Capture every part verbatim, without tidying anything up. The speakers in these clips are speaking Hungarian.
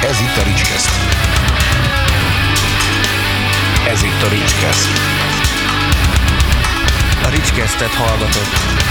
Ez itt a Ricskeszt. Ez itt a Ricskeszt. A Ricskesztet hallgatod.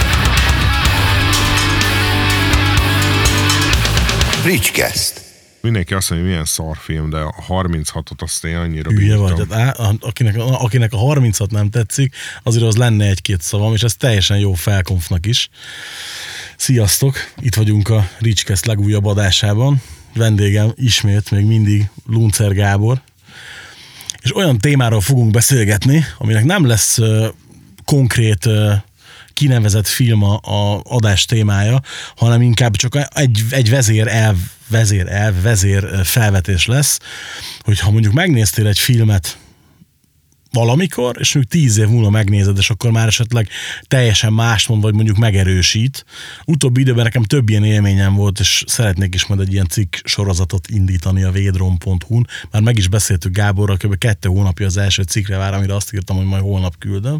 Ricskeszt. Mindenki azt mondja, hogy milyen szarfilm, de a harminchatot azt én annyira Hülye bírtam. vagy, hát, á, akinek, akinek a harmincat nem tetszik, azért az lenne egy-két szavam, és ez teljesen jó felkonfnak is. Sziasztok! Itt vagyunk a Ricskeszt legújabb adásában. Vendégem ismét még mindig Luncer Gábor. És olyan témáról fogunk beszélgetni, aminek nem lesz uh, konkrét uh, kinevezett film a, a adás témája, hanem inkább csak egy, egy vezér elv, vezér elv, vezér felvetés lesz, hogyha mondjuk megnéztél egy filmet valamikor, és mondjuk tíz év múlva megnézed, és akkor már esetleg teljesen mást mond, vagy mondjuk megerősít. Utóbbi időben nekem több ilyen élményem volt, és szeretnék is majd egy ilyen cikk sorozatot indítani a védrom pont hu-n. Már meg is beszéltük Gáborral, kb. kettő hónapja az első cikkre vár, amire azt írtam, hogy majd holnap küldöm.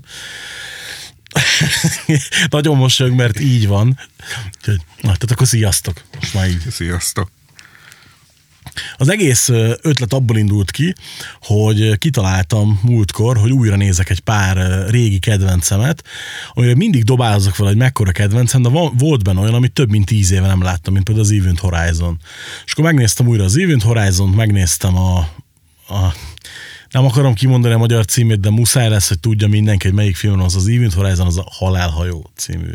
Nagyon mosolyog, mert így van. Na, tehát akkor sziasztok. Most már így. Sziasztok. Az egész ötlet abból indult ki, hogy kitaláltam múltkor, hogy újra nézek egy pár régi kedvencemet, amire mindig dobálozok vele, hogy mekkora kedvencem, de volt benne olyan, amit több mint tíz éve nem láttam, mint például az Event Horizon. És akkor megnéztem újra az Event Horizont, megnéztem a, a nem akarom kimondani a magyar címét, de muszáj lesz, hogy tudja mindenki, hogy melyik film az. Az Event Horizon, az a Halálhajó című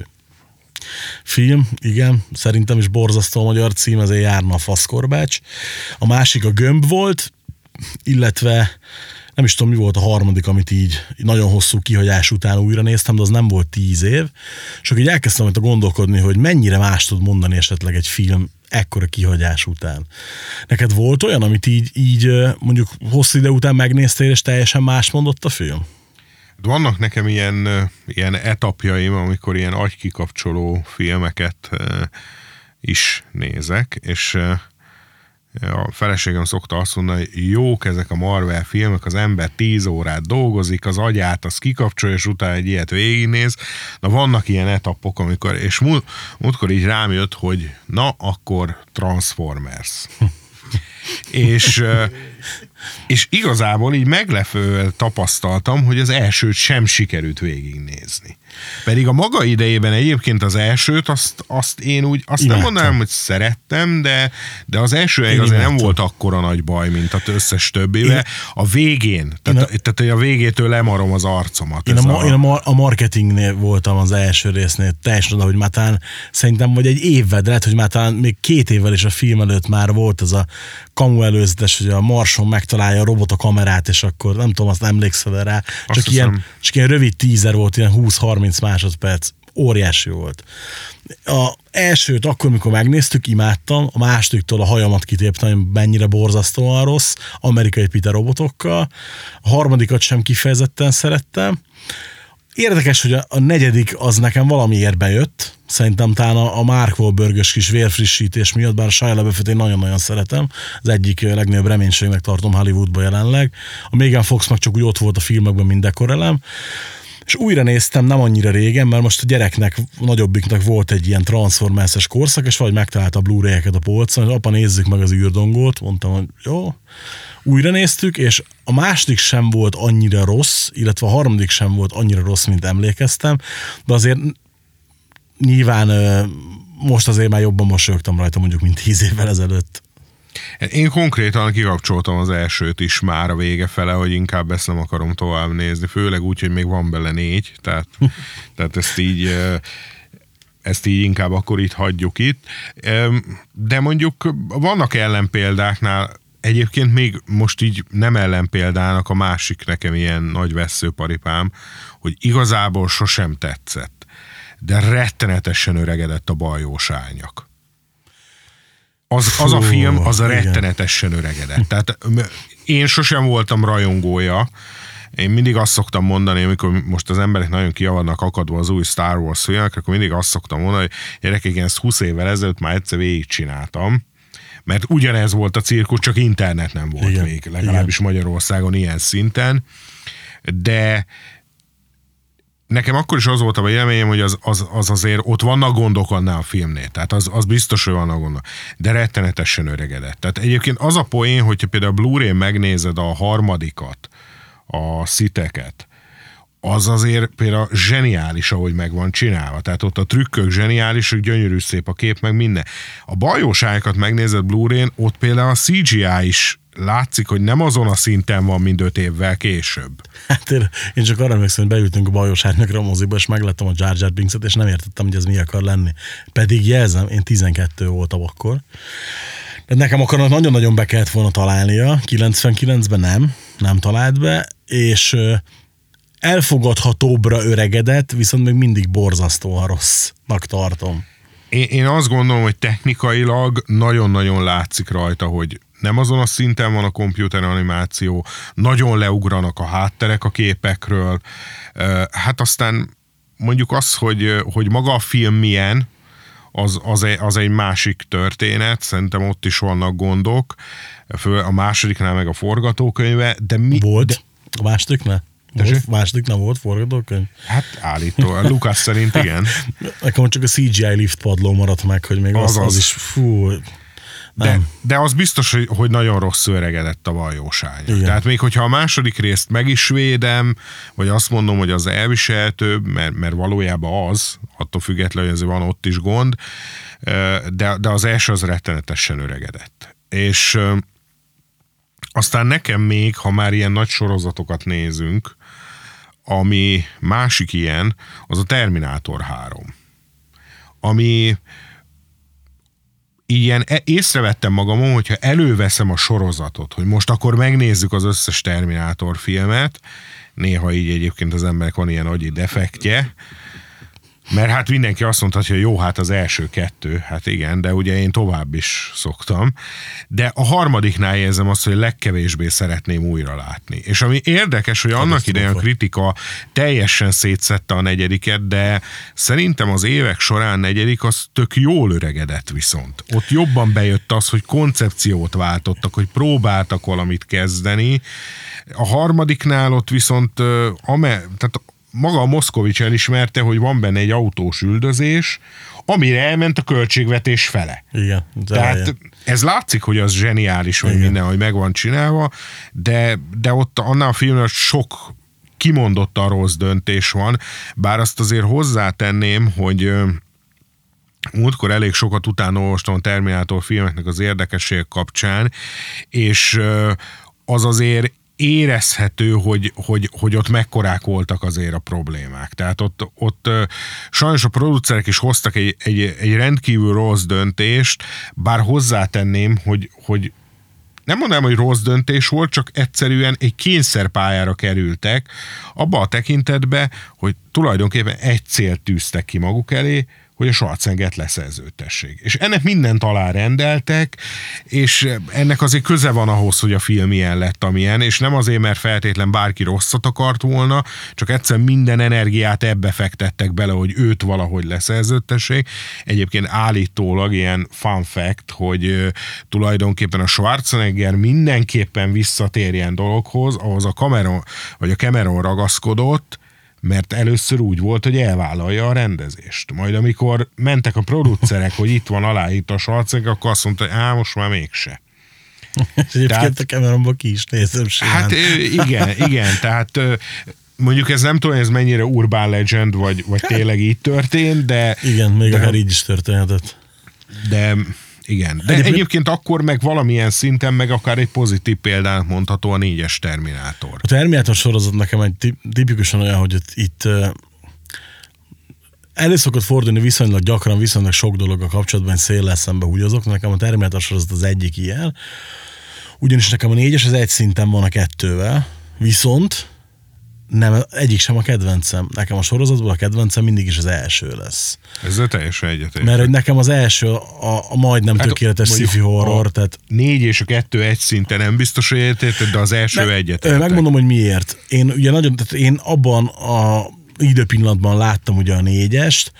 film, igen, szerintem is borzasztó a magyar cím, ezért járna a faszkorbács. A másik a Gömb volt, illetve nem is tudom, mi volt a harmadik, amit így nagyon hosszú kihagyás után újra néztem, de az nem volt tíz év. És akkor így elkezdtem majd gondolkodni, hogy mennyire más tud mondani esetleg egy film ekkora kihagyás után. Neked volt olyan, amit így, így mondjuk hosszú idő után megnéztél, és teljesen más mondott a film? Vannak nekem ilyen, ilyen etapjaim, amikor ilyen agykikapcsoló filmeket is nézek, és a feleségem szokta azt mondani, hogy jók ezek a Marvel filmek, az ember tíz órát dolgozik, az agyát az kikapcsolja, és utána egy ilyet végignéz. Na vannak ilyen etapok, amikor, és múlt, múltkor így rám jött, hogy na, akkor Transformers. és, és igazából így meglepően tapasztaltam, hogy az elsőt sem sikerült végignézni. Pedig a maga idejében egyébként az elsőt, azt, azt én úgy, azt Imádtam. nem mondanám, hogy szerettem, de, de az első egy azért nem volt akkora nagy baj, mint az összes többivel. A végén, tehát, a, tehát a végétől lemarom az arcomat. Én, a, a, én a, a marketingnél voltam az első résznél, teljesen oda, hogy már talán szerintem vagy egy évvel, de lehet, hogy már talán még két évvel is a film előtt már volt ez a kamu előzetes, hogy a Marson megtalálja a robot a kamerát, és akkor nem tudom, azt emlékszel rá. Csak ilyen, csak ilyen rövid tízer volt, ilyen húsz-harminc másodperc. Óriási volt. A elsőt akkor, mikor megnéztük, imádtam, a másodiktól a hajamat kitéptem, hogy mennyire borzasztóan rossz, amerikai Peter robotokkal. A harmadikat sem kifejezetten szerettem. Érdekes, hogy a, a negyedik az nekem valamiért bejött. Szerintem talán a, a Mark Wahlberg-ös kis vérfrissítés miatt, bár a Shia LaBeouf-et én nagyon-nagyon szeretem. Az egyik legnagyobb reménységnek tartom Hollywoodban jelenleg. A Megan Fox meg csak úgy ott volt a filmekben, mint dekorelem. És újra néztem nem annyira régen, mert most a gyereknek, a nagyobbiknak volt egy ilyen Transformers-es korszak, és valahogy megtalálta a Blu-ray-eket a polcon, hogy apa, nézzük meg az űrdongót. Mondtam, hogy jó. Újra néztük, és a második sem volt annyira rossz, illetve a harmadik sem volt annyira rossz, mint emlékeztem, de azért nyilván most azért már jobban mosolyogtam rajta, mondjuk, mint tíz évvel ezelőtt. Én konkrétan kikapcsoltam az elsőt is már a vége fele, hogy inkább ezt nem akarom tovább nézni, főleg úgy, hogy még van bele négy, tehát, tehát ezt így ezt így inkább akkor itt hagyjuk itt. De mondjuk vannak ellenpéldáknál, egyébként még most így nem ellenpéldának a másik nekem ilyen nagy vesszőparipám, hogy igazából sosem tetszett, de rettenetesen öregedett a Bajós Árnyak. Az, az a film, az a rettenetesen öregedett. Tehát én sosem voltam rajongója. Én mindig azt szoktam mondani, amikor most az emberek nagyon ki vannak akadva az új Star Wars filmek, akkor mindig azt szoktam mondani, hogy gyerekek, én ezt húsz évvel ezelőtt már egyszer végigcsináltam. Mert ugyanez volt a cirkusz, csak internet nem volt igen, még, legalábbis igen. Magyarországon ilyen szinten. De nekem akkor is az volt a véleményem, hogy az, az, az azért ott vannak gondok annál a filmnél. Tehát az, az biztos, hogy vannak gondok. De rettenetesen öregedett. Tehát egyébként az a poén, hogyha például a Blu-ray megnézed a harmadikat, a sziteket, az azért például zseniális, ahogy meg van csinálva. Tehát ott a trükkök zseniálisak, gyönyörű szép a kép, meg minden. A bajóságokat megnézed Blu-ray-n, ott például a cé gé í is látszik, hogy nem azon a szinten van, mint öt évvel később. Hát én, én csak arra emlékszem, hogy beültünk a bajós árnyakra a moziba, és megláttam a Jar Jar Binkset, és nem értettem, hogy ez mi akar lenni. Pedig jelzem, én tizenkettő voltam akkor. De nekem akkor nagyon-nagyon be kellett volna találnia, kilencvenkilencben nem, nem talált be, és elfogadhatóbbra öregedett, viszont még mindig borzasztóan rossznak tartom. Én, én azt gondolom, hogy technikailag nagyon-nagyon látszik rajta, hogy nem azon a szinten van a komputer animáció, nagyon leugranak a hátterek a képekről. Hát aztán mondjuk az, hogy, hogy maga a film milyen, az, az, egy, az egy másik történet, szerintem ott is vannak gondok, a másodiknál meg a forgatókönyve, de mi... Volt? De, a másodiknál? Volt, másodiknál volt forgatókönyv? Hát állítólag, Lucas szerint igen. Nekem csak a cé gé í lift padló maradt meg, hogy még az, az, az is, fú... De, de az biztos, hogy, hogy nagyon rosszul öregedett a bajósánya. Tehát még hogyha a második részt meg is védem, vagy azt mondom, hogy az elviselhetőbb, mert, mert valójában az, attól függetlenül, hogy azért van ott is gond, de, de az első az rettenetesen öregedett. És aztán nekem még, ha már ilyen nagy sorozatokat nézünk, ami másik ilyen, az a Terminátor három. Ami ilyen észrevettem magamon, hogyha előveszem a sorozatot, hogy most akkor megnézzük az összes Terminátor filmet, néha így egyébként az emberek van ilyen agyi defektje, mert hát mindenki azt mondhatja, hogy jó, hát az első kettő, hát igen, de ugye én tovább is szoktam, de a harmadiknál érzem azt, hogy legkevésbé szeretném újra látni. És ami érdekes, hogy annak idején a kritika teljesen szétszette a negyediket, de szerintem az évek során negyedik az tök jól öregedett viszont. Ott jobban bejött az, hogy koncepciót váltottak, hogy próbáltak valamit kezdeni. A harmadiknál ott viszont ame, tehát maga a Moszkovics elismerte, hogy van benne egy autós üldözés, amire elment a költségvetés fele. Igen. Tehát ilyen. Ez látszik, hogy az zseniális, hogy minden, hogy meg van csinálva, de, de ott annál a filmben sok kimondottan rossz döntés van, bár azt azért hozzátenném, hogy múltkor elég sokat utána olvastam a Terminátor filmeknek az érdekesség kapcsán, és az azért érezhető, hogy, hogy, hogy ott mekkorák voltak azért a problémák. Tehát ott, ott sajnos a producerek is hoztak egy, egy, egy rendkívül rossz döntést, bár hozzátenném, hogy, hogy nem mondanám, hogy rossz döntés volt, csak egyszerűen egy kényszerpályára kerültek abba a tekintetbe, hogy tulajdonképpen egy célt tűztek ki maguk elé, hogy a Schwarzeneggert leszerződtessék. És ennek mindent alárendeltek, és ennek azért köze van ahhoz, hogy a film ilyen lett, amilyen, és nem azért, mert feltétlen bárki rosszat akart volna, csak egyszerűen minden energiát ebbe fektettek bele, hogy őt valahogy leszerződtessék. Egyébként állítólag ilyen fun fact, hogy tulajdonképpen a Schwarzenegger mindenképpen visszatérjen dologhoz, ahhoz a Cameron, vagy a Cameron ragaszkodott, mert először úgy volt, hogy elvállalja a rendezést. Majd amikor mentek a producerek, hogy itt van aláírta a Schwarzenegger, akkor azt mondta, hogy á, most már mégse. És egyébként tehát, a Cameronban ki is nézem simán. Hát igen, igen, tehát mondjuk ez nem tudom, ez mennyire urban legend, vagy, vagy tényleg így történt, de... Igen, még de, akár így is történhetett. De... Igen, de egyébként, egyébként akkor meg valamilyen szinten meg akár egy pozitív példát mondható a négyes Terminátor. A Terminátor sorozat nekem egy tipikusan olyan, hogy itt, itt elő szokott fordulni viszonylag gyakran, viszonylag sok dolog a kapcsolatban, széllel szembe húgyozok. Nekem a Terminátor sorozat az egyik ilyen. Ugyanis nekem a négyes az egy szinten van a kettővel, viszont nem, egyik sem a kedvencem. Nekem a sorozatból a kedvencem mindig is az első lesz. Ezzel teljesen egyetértek. Mert hogy nekem az első a, a majdnem hát tökéletes sci-fi horror. Tehát... négy és a kettő egy szinten nem biztos, hogy egyetértek, de az első Me, egyetértek. Megmondom, hogy miért. Én ugye nagyon, tehát én abban a időpillanatban láttam ugye a négyest,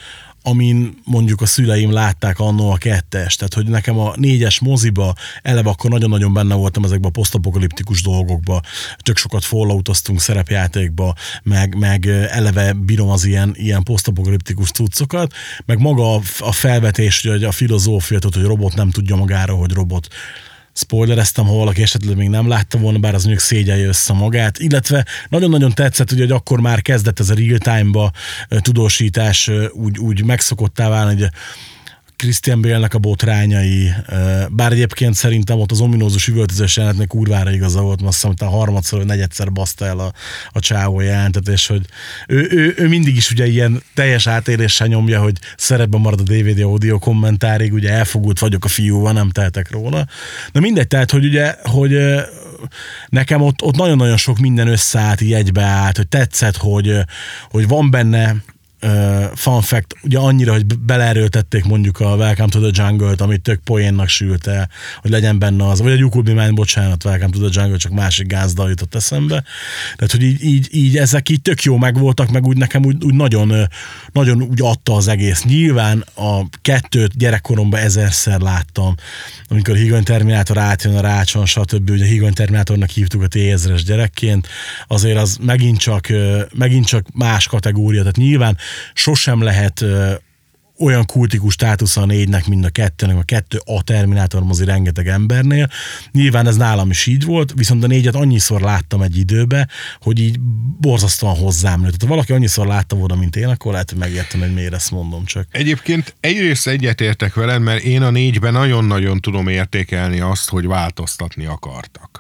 amin mondjuk a szüleim látták annó a kettes. Tehát, hogy nekem a négyes moziba eleve akkor nagyon-nagyon benne voltam ezekben a posztapokaliptikus dolgokba. Tök sokat falloutoztunk szerepjátékba, meg, meg eleve bírom az ilyen, ilyen posztapokaliptikus cuccokat, meg maga a felvetés, hogy a filozófia, hogy robot nem tudja magára, hogy robot. Spoilereztem, ha valaki esetleg még nem látta volna, bár az mondjuk szégyelje össze magát, illetve nagyon-nagyon tetszett, hogy akkor már kezdett ez a real-time-ba tudósítás úgy, úgy megszokottá válni, hogy Christian Bale-nek a botrányai, bár egyébként szerintem ott az ominózus üvöltözős jelenetnek kurvára igaza volt, azt hiszem, hogy a harmadszor, vagy negyedszer baszta el a, a csávó jelentet, és hogy ő, ő, ő mindig is ugye ilyen teljes átéléssel nyomja, hogy szerepben marad a dé vé dé audio kommentárig, ugye elfogult vagyok a fiúval, nem tehetek róla. De mindegy, tehát, hogy ugye, hogy nekem ott, ott nagyon-nagyon sok minden összeállt, így egybeállt, hogy tetszett, hogy, hogy van benne Uh, fun fact, ugye annyira, hogy beleerőltették mondjuk a Welcome to the Jungle-t, amit tök poénnak sült el, hogy legyen benne az, vagy a You Could Be Mine, bocsánat, Welcome to the Jungle, csak másik gázdal jutott eszembe. Tehát, hogy így, így, így ezek így tök jó megvoltak, meg úgy nekem úgy, úgy nagyon, nagyon úgy adta az egész. Nyilván a kettőt gyerekkoromban ezerszer láttam, amikor a Higany Terminátor átjön a rácson, stb. Ugye a Higany Terminátornak hívtuk a té ezres gyerekként, azért az megint csak, megint csak más kategória, tehát nyilván sosem lehet ö, olyan kultikus státusza a négynek, mint a kettőnek, a kettő a Terminátor mozi rengeteg embernél. Nyilván ez nálam is így volt, viszont a négyet annyiszor láttam egy időbe, hogy így borzasztóan hozzám nőtt. Tehát ha valaki annyiszor látta volna, mint én, akkor lehet, hogy megértem, hogy miért ezt mondom csak. Egyébként egyrészt egyetértek veled, mert én a négyben nagyon-nagyon tudom értékelni azt, hogy változtatni akartak.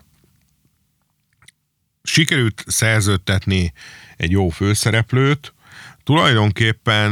Sikerült szerződtetni egy jó főszereplőt, tulajdonképpen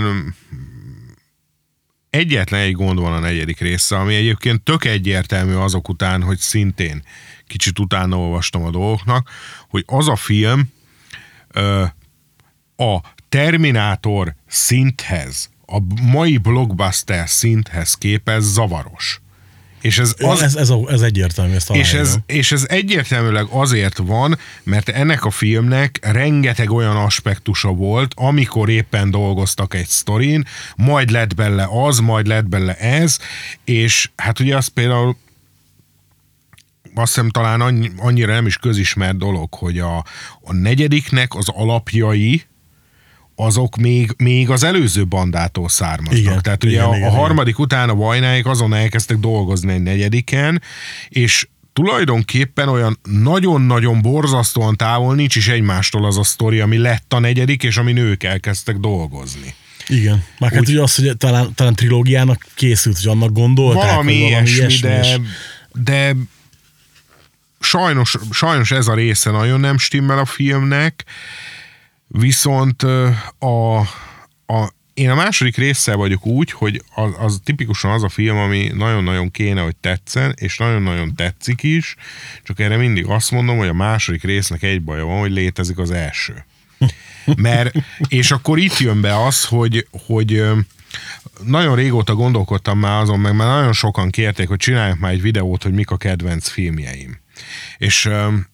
egyetlen egy gond van a negyedik része, ami egyébként tök egyértelmű azok után, hogy szintén kicsit utána olvastam a dolgoknak, hogy az a film ö, a Terminátor szinthez, a mai blockbuster szinthez képest zavaros. És ez, az, ez, ez, ez egyértelmű, ezt és ez, és ez egyértelműleg azért van, mert ennek a filmnek rengeteg olyan aspektusa volt, amikor éppen dolgoztak egy sztorin, majd lett bele az, majd lett bele ez, és hát ugye az például azt hiszem talán annyi, annyira nem is közismert dolog, hogy a, a negyediknek az alapjai azok még, még az előző bandától származnak. Igen, Tehát igen, ugye igen, a, a harmadik igen. után a Vajnáik azon elkezdtek dolgozni egy negyediken, és tulajdonképpen olyan nagyon-nagyon borzasztóan távol nincs is egymástól az a sztori, ami lett a negyedik, és amin ők elkezdtek dolgozni. Igen. Már hát ugye az, hogy talán, talán trilógiának készült, hogy annak gondolták. Valami, valami ilyesmi, ilyesmi, de, de sajnos, sajnos ez a része nagyon nem stimmel a filmnek, viszont a, a, én a második résszel vagyok úgy, hogy az, az tipikusan az a film, ami nagyon-nagyon kéne, hogy tetszen, és nagyon-nagyon tetszik is, csak erre mindig azt mondom, hogy a második résznek egy baja van, hogy létezik az első. Mert, és akkor itt jön be az, hogy, hogy nagyon régóta gondolkodtam már azon, meg már nagyon sokan kérték, hogy csináljak már egy videót, hogy mik a kedvenc filmjeim. És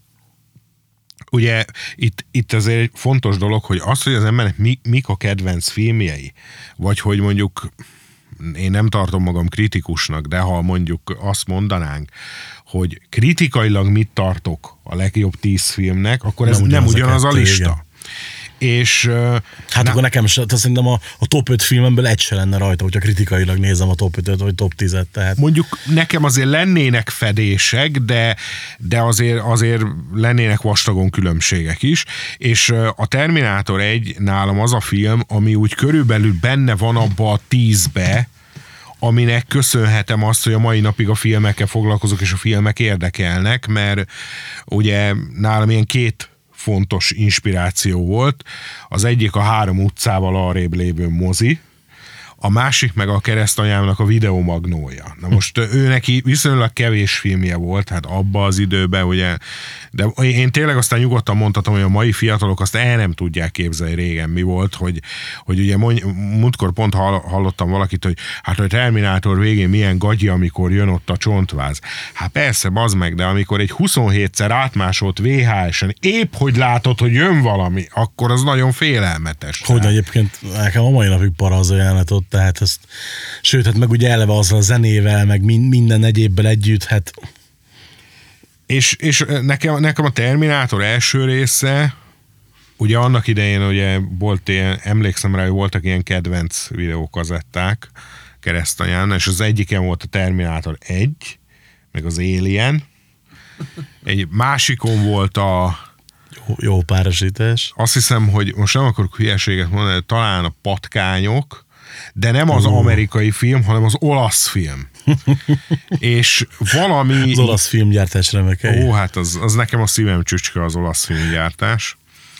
ugye itt, itt azért egy fontos dolog, hogy az, hogy az embernek mi, mik a kedvenc filmjei, vagy hogy mondjuk én nem tartom magam kritikusnak, de ha mondjuk azt mondanánk, hogy kritikailag mit tartok a legjobb tíz filmnek, akkor ez nem ugyanaz, nem ugyanaz a, kettő, a lista. Igen. És, hát na, akkor nekem is, szerintem a, a top öt filmemből egy se lenne rajta, hogyha kritikailag nézem a top ötöt, vagy top tízet. Tehát. Mondjuk nekem azért lennének fedések, de, de azért, azért lennének vastagon különbségek is, és a Terminátor egy nálam az a film, ami úgy körülbelül benne van abba a tízbe, aminek köszönhetem azt, hogy a mai napig a filmekkel foglalkozok, és a filmek érdekelnek, mert ugye nálam ilyen két fontos inspiráció volt. Az egyik a Három utcával arrébb lévő mozi, a másik meg a Keresztanyámnak a videomagnója. Na most ő neki viszonylag kevés filmje volt, hát abba az időben, ugye, de én tényleg aztán nyugodtan mondhatom, hogy a mai fiatalok azt el nem tudják képzelni régen mi volt, hogy, hogy ugye múltkor pont hallottam valakit, hogy hát a Terminátor végén milyen gagyi, amikor jön ott a csontváz. Hát persze, bazd meg, de amikor egy huszonhétszer átmásolt vé há esen épp hogy látod, hogy jön valami, akkor az nagyon félelmetes. Hogy egyébként nekem a mai napig para az a jelenet ott. tehát ezt, sőt, hát meg ugye eleve azzal a zenével, meg minden egyébbel együtt, hát... És, és nekem, nekem a Terminátor első része, ugye annak idején ugye volt ilyen, emlékszem rá, hogy voltak ilyen kedvenc videókazetták keresztanyán, és az egyiken volt a Terminátor egy, meg az Alien, egy másikon volt a... Jó, jó párosítás. Azt hiszem, hogy most nem akarok hülyeséget mondani, talán a Patkányok, de nem az uh. amerikai film, hanem az olasz film. És valami... Az olasz filmgyártás remek. Ó, hát az, az nekem a szívem csücske, az olasz filmgyártás.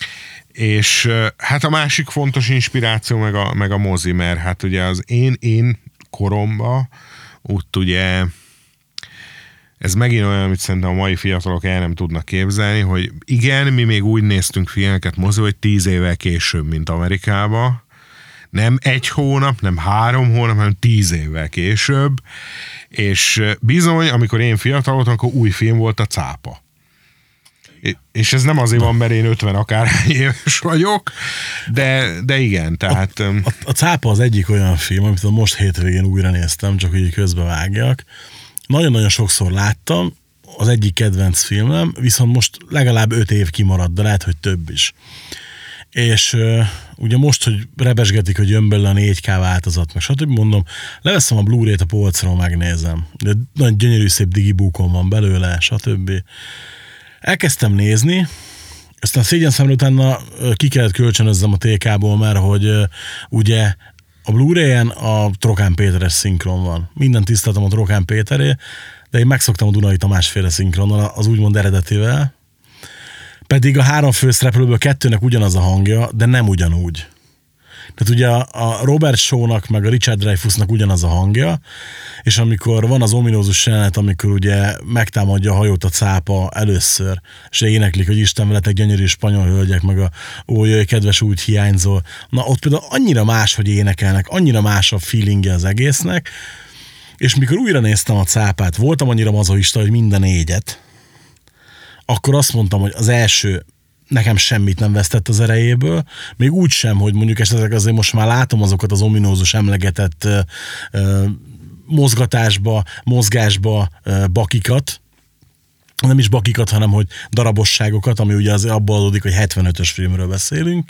És hát a másik fontos inspiráció meg a, meg a mozi, mert hát ugye az én, én koromba ott ugye ez megint olyan, amit szerintem a mai fiatalok el nem tudnak képzelni, hogy igen, mi még úgy néztünk filmeket mozi, hogy tíz évvel később, mint Amerikába. Nem egy hónap, nem három hónap, hanem tíz évvel később. És bizony, amikor én fiatal voltam, akkor új film volt a Cápa. És ez nem azért van, mert én ötven akárhány éves vagyok, de, de igen, tehát... A, a, a Cápa az egyik olyan film, amit most hétvégén újra néztem, csak így közbevágjak. Nagyon-nagyon sokszor láttam, az egyik kedvenc filmem, viszont most legalább öt év kimaradt, de lehet, hogy több is. És uh, ugye most, hogy rebesgetik, hogy jön belőle a négy ká változat, meg stb. Mondom, leveszem a Blu-ray-t a polcról, megnézem. De nagyon gyönyörű szép digibúkon van belőle, stb. Elkezdtem nézni, aztán szégyen szemre utána ki kellett kölcsönözzem a té ká-ból, mert hogy uh, ugye a Blu-ray-en a Trokán Péteres szinkron van. Minden tiszteltem a Trokán Péteré, de én megszoktam a Dunai Tamásféle szinkronnal, az úgymond eredetivel. Pedig a három főszereplőből kettőnek ugyanaz a hangja, de nem ugyanúgy. Tehát ugye a Robert Shaw-nak meg a Richard Dreyfussnak ugyanaz a hangja, és amikor van az ominózus jelenet, amikor ugye megtámadja a hajót a cápa először, és éneklik, hogy Isten veletek gyönyörű spanyol hölgyek, meg a ó, jöjj, kedves, úgy hiányzol. Na ott például annyira más, hogy énekelnek, annyira más a feelingje az egésznek, és mikor újra néztem a cápát, voltam annyira mazoista, hogy minden négyet, akkor azt mondtam, hogy az első nekem semmit nem vesztett az erejéből, még úgy sem, hogy mondjuk esetleg azért most már látom azokat az ominózus emlegetett ö, ö, mozgatásba, mozgásba ö, bakikat, nem is bakikat, hanem hogy darabosságokat, ami ugye az abból adódik, hogy hetvenötös filmről beszélünk,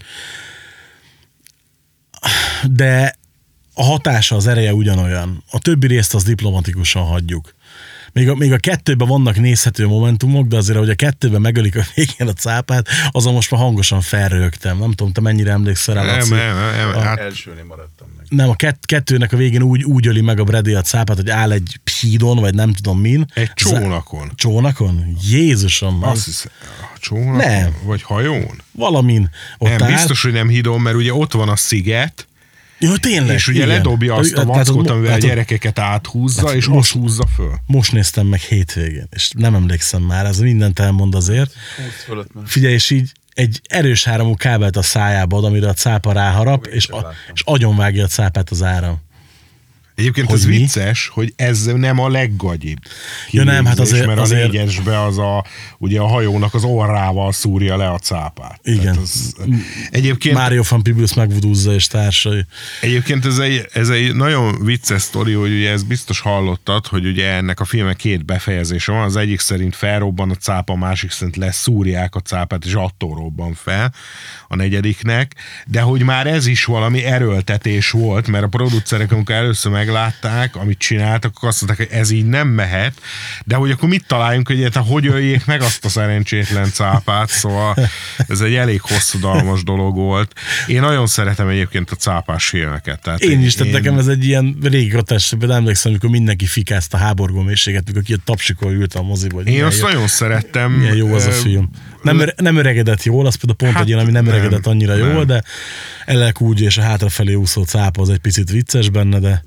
de a hatása, az ereje ugyanolyan. A többi részt az diplomatikusan hagyjuk. Még a, még a kettőben vannak nézhető momentumok, de azért, hogy a kettőben megölik a végén a cápát, azon most már hangosan felrögtem. Nem tudom, te mennyire emlékszel rá, Laci? Nem, nem, nem. A, hát... Elsőnél maradtam meg. Nem, a kett, kettőnek a végén úgy, úgy öli meg a Brady a cápát, hogy áll egy hídon, vagy nem tudom min. Egy csónakon. Z- csónakon? Jézusom! Azt hiszem, a csónakon? Nem. Vagy hajón? Valamin. Ott nem, áll. biztos, hogy nem hídon, mert ugye ott van a sziget, Jó, tényleg, és ugye igen. ledobja azt a vackot, amivel hát, a gyerekeket áthúzza, hát, és most, most húzza föl. Most néztem meg hétvégén, és nem emlékszem már, ez mindent elmond azért. Figyelj, és így egy erős áramú kábelt a szájába ad, amire a cápa ráharap, és, a, és agyonvágja a cápát az áram. Egyébként hogy ez mi? vicces, hogy ez nem a leggagyibb. Ja, nem, hát azért, mert azért... a négyesbe az a, ugye a hajónak az orrával szúrja le a cápát. Igen. Az, egyébként, Mario van Peebles megvudúzza és társai. Egyébként ez egy, ez egy nagyon vicces sztori, hogy ugye ezt biztos hallottad, hogy ugye ennek a filmek két befejezése van. Az egyik szerint felrobban a cápa, a másik szerint leszúrják a cápát, és attól robban fel a negyediknek. De hogy már ez is valami erőltetés volt, mert a producerek, amikor először meglátták, amit csináltak, akkor azt mondták, hogy ez így nem mehet, de hogy akkor mit találjunk, hogy egyáltalán hogy öljék meg azt a szerencsétlen cápát, szóval ez egy elég hosszadalmas dolog volt. Én nagyon szeretem egyébként a cápás filmeket. Tehát én, én is, tehát én... nekem ez egy ilyen régi grotás, de emlékszem, amikor mindenki fikázta a háborgó mélységet, mikor ki a tapsikol ült a moziba. Én azt jó. nagyon szerettem. Milyen jó az a film. Nem, öre, nem öregedett jól, az például pont hát, egy ilyen, ami nem, nem öregedett annyira nem. jól, de Elek úgy és a hátrafelé úszó cápa az egy picit vicces benne, de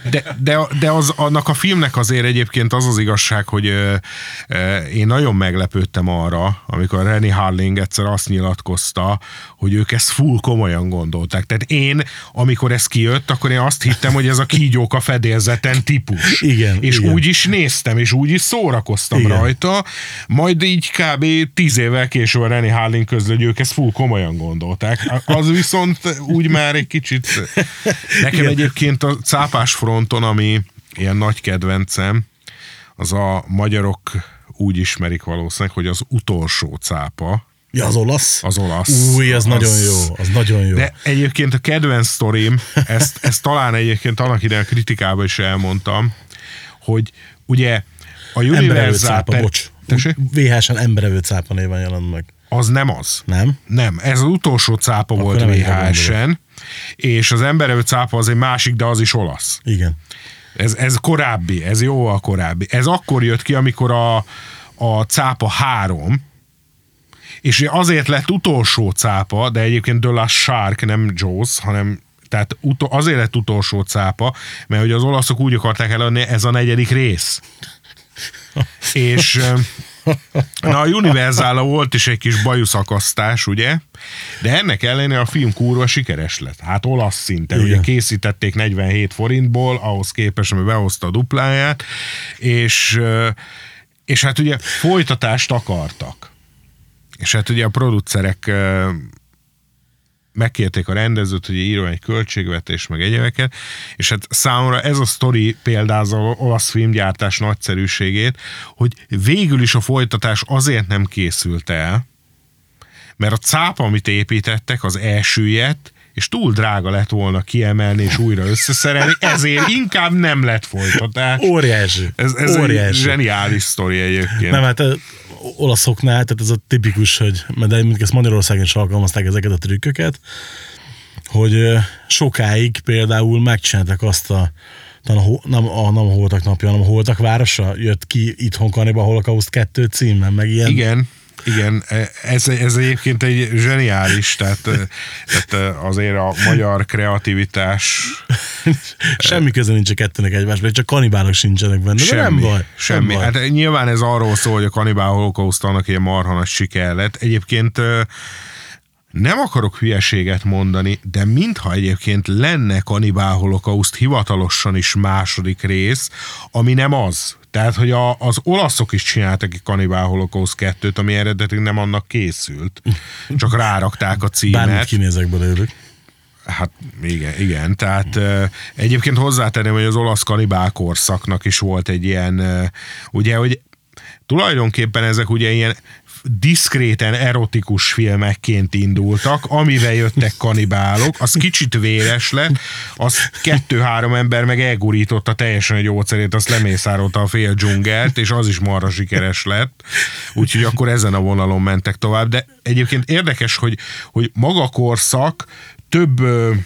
De, de, de az, annak a filmnek azért egyébként az az igazság, hogy ö, ö, én nagyon meglepődtem arra, amikor Renny Harlin egyszer azt nyilatkozta, hogy ők ezt full komolyan gondolták. Tehát én, amikor ez kijött, akkor én azt hittem, hogy ez a kígyók a fedélzeten típus. Igen, és igen. úgy is néztem, és úgy is szórakoztam Igen. rajta, majd így kb. tíz évvel később a Renny Harlin közül, hogy ők ezt full komolyan gondolták. Az viszont úgy már egy kicsit... Nekem igen. egyébként a cápás fronton, ami ilyen nagy kedvencem, az a magyarok úgy ismerik valószínűleg, hogy az utolsó cápa. Ja, az olasz? Az olasz. Új, az, az nagyon jó, az nagyon jó. De egyébként a kedvenc sztorim, ezt, ezt talán egyébként annak idején a kritikában is elmondtam, hogy ugye a Universal... cápa, per... bocs. vé há es-en emberevő cápa néven jelent meg. Az nem az. Nem? Nem, ez az utolsó cápa akkor volt vé há es-en, és az emberevő cápa az egy másik, de az is olasz. Igen. Ez, ez korábbi, ez jóval korábbi. Ez akkor jött ki, amikor a, a cápa három, és azért lett utolsó cápa, de egyébként The Last Shark, nem Jaws, hanem tehát utol, azért lett utolsó cápa, mert hogy az olaszok úgy akarták eladni, ez a negyedik rész. És na, a Universal volt is egy kis bajuszakasztás, ugye? De ennek ellenére a film kurva sikeres lett. Hát olasz szinten. Igen. Ugye készítették negyvenhét forintból, ahhoz képest, ami behozta a dupláját, és, és hát ugye folytatást akartak. És hát ugye a producerek megkérték a rendezőt, hogy írjon egy költségvetés, meg egyébeket, és hát számomra ez a sztori példázza az olasz filmgyártás nagyszerűségét, hogy végül is a folytatás azért nem készült el, mert a cápa, amit építettek, az elsüllyedt, és túl drága lett volna kiemelni és újra összeszerelni, ezért inkább nem lett folytatás. Óriási. Ez, ez Óriási. egy zseniális sztori egyébként. Nem, hát olaszoknál, tehát ez a tipikus, hogy, de mondjuk ezt Magyarországon is alkalmazták ezeket a trükköket, hogy sokáig például megcsináltak azt a, a nem, a, nem a Holtak napja, hanem a Holtak városa jött ki itthon Cannibal Holocaust kettő címben, meg ilyen. Igen. Igen, ez, ez egyébként egy zseniális, tehát, tehát azért a magyar kreativitás... Semmi köze nincs a kettőnek egymásban, csak kannibálok sincsenek benne, semmi, de nem baj. Semmi. Nem baj. Hát nyilván ez arról szól, hogy a Cannibal Holocaust annak ilyen marha nagy siker lett. Egyébként nem akarok hülyeséget mondani, de mintha egyébként lenne Cannibal Holocaust hivatalosan is második rész, ami nem az. Tehát, hogy a, az olaszok is csináltak egy Cannibal Holocaust kettőt, ami eredetileg nem annak készült. Csak rárakták a címet. Bármit kinézek belőlük. Hát igen, igen. Tehát uh, egyébként hozzátenném, hogy az olasz kannibál korszaknak is volt egy ilyen, uh, ugye, hogy tulajdonképpen ezek ugye ilyen diszkréten erotikus filmekként indultak, amivel jöttek kanibálok, az kicsit véres lett, az kettő-három ember meg elgurította teljesen a gyógyszerét, azt lemészárolta a fél dzsungelt, és az is marha sikeres lett, úgyhogy akkor ezen a vonalon mentek tovább, de egyébként érdekes, hogy, hogy maga korszak több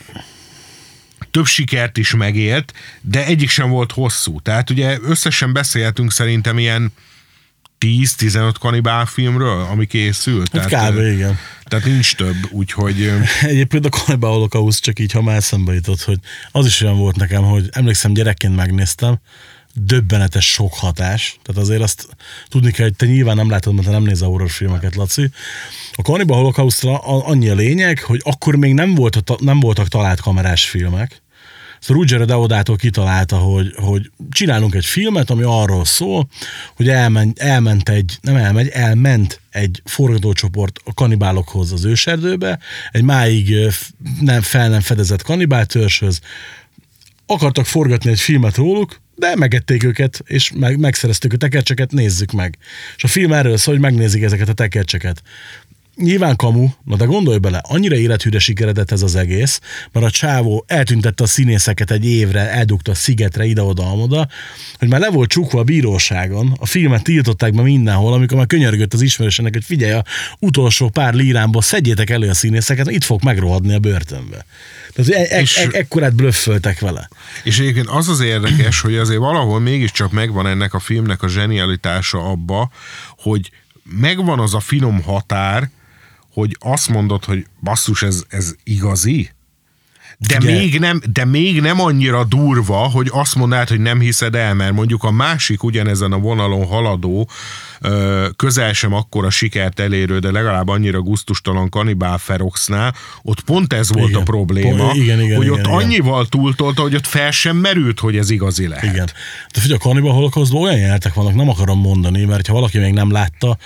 több sikert is megélt, de egyik sem volt hosszú. Tehát ugye összesen beszéltünk szerintem ilyen tíz-tizenöt kannibál filmről, ami készült. Hát tehát, kb. Igen. Tehát nincs több, úgyhogy... Egyébként a Cannibal Holocaust csak így, ha már eszembe jutott, hogy az is olyan volt nekem, hogy emlékszem, gyerekként megnéztem, döbbenetes sok hatás. Tehát azért azt tudni kell, hogy te nyilván nem látod, mert te nem nézel horrorfilmeket, Laci. A Cannibal Holocaustra annyi a lényeg, hogy akkor még nem, volt, nem voltak talált kamerás filmek. Szóval Ruggero Deodato kitalálta, hogy, hogy csinálunk egy filmet, ami arról szól, hogy elment, elment egy, nem elmegy, elment egy forgatócsoport a kannibálokhoz az őserdőbe, egy máig nem, fel nem fedezett kannibáltörzshöz, akartak forgatni egy filmet róluk, de megették őket, és meg, megszereztük a tekercseket, nézzük meg. És a film erről szól, hogy megnézik ezeket a tekercseket. Nyilván kamu, na de gondolj bele, annyira élethűre sikeredett ez az egész, mert a csávó eltüntette a színészeket egy évre, eldugta a szigetre, ide-oda-amoda, hogy már le volt csukva a bíróságon, a filmet tiltották be mindenhol, amikor már könyörgött az ismerősenek, hogy figyelj, a utolsó pár lírámból szedjétek elő a színészeket, itt fog megrohadni a börtönbe. Tehát e- e- e- ekkorát blöfföltek vele. És egyébként az az érdekes, hogy azért valahol mégiscsak megvan ennek a filmnek a zsenialitása abba, hogy megvan az a finom határ, hogy azt mondod, hogy basszus, ez, ez igazi, De Ugye, még, nem, de még nem annyira durva, hogy azt mondanád, hogy nem hiszed el, mert mondjuk a másik ugyanezen a vonalon haladó, közel sem akkora sikert elérő, de legalább annyira gusztustalan Kanibál Feroxnál, ott pont ez volt igen, a probléma, igen, igen, hogy igen, ott igen. annyival túltolta, hogy ott fel sem merült, hogy ez igazi lehet. Igen. De figyelj, a Cannibal Holocaustban olyan jelentek vannak, nem akarom mondani, mert ha valaki még nem látta,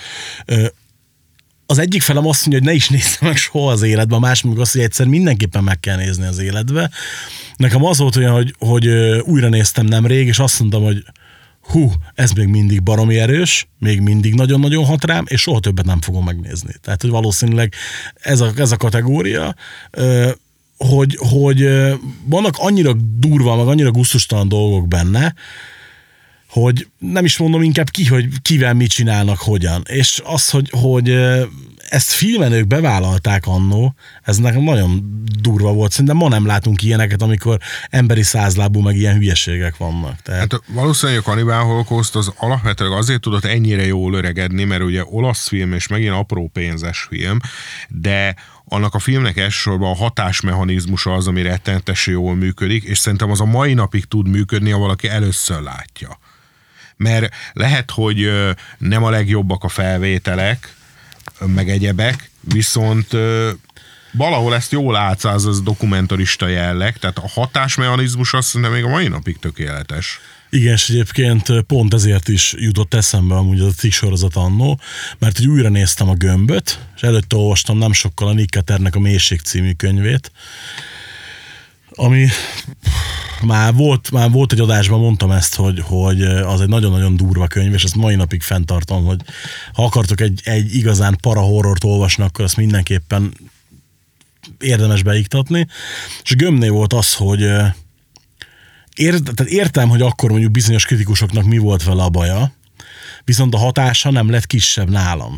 az egyik felem azt mondja, hogy ne is nézze meg soha az életbe, a másik meg azt, hogy egyszer mindenképpen meg kell nézni az életbe. Nekem az volt olyan, hogy, hogy újra néztem nemrég, és azt mondtam, hogy hú, ez még mindig baromi erős, még mindig nagyon-nagyon hat rám, és soha többet nem fogom megnézni. Tehát, hogy valószínűleg ez a, ez a kategória, hogy, hogy vannak annyira durva, meg annyira gusztustalan dolgok benne, hogy nem is mondom inkább ki, hogy kivel mit csinálnak, hogyan. És az, hogy, hogy ezt filmenők bevállalták annó, ez nekem nagyon durva volt. Szerintem ma nem látunk ilyeneket, amikor emberi százlábú meg ilyen hülyeségek vannak. Tehát... Hát valószínűleg a Cannibal Holocaust az alapvetően azért tudott ennyire jól öregedni, mert ugye olasz film, és megint apró pénzes film, de annak a filmnek elsősorban a hatásmechanizmusa az, ami rettenetesen jól működik, és szerintem az a mai napig tud működni, ha valaki először látja. Mert lehet, hogy nem a legjobbak a felvételek, meg egyebek, viszont valahol ezt jól átszáz az dokumentarista jelleg, tehát a hatásmechanizmus azt szerintem még a mai napig tökéletes. Igen, és egyébként pont ezért is jutott eszembe amúgy az a cikk sorozat annó, mert hogy újra néztem a Gömböt, és előtte olvastam nem sokkal a Nick Caternek a Mélység című könyvét, ami már volt, már volt egy adásban, mondtam ezt, hogy, hogy az egy nagyon-nagyon durva könyv, és ezt mai napig fenntartom, hogy ha akartok egy, egy igazán para-horrort olvasni, akkor azt mindenképpen érdemes beiktatni. És Gömbnél volt az, hogy ér, tehát értem, hogy akkor mondjuk bizonyos kritikusoknak mi volt vele a baja, viszont a hatása nem lett kisebb nálam.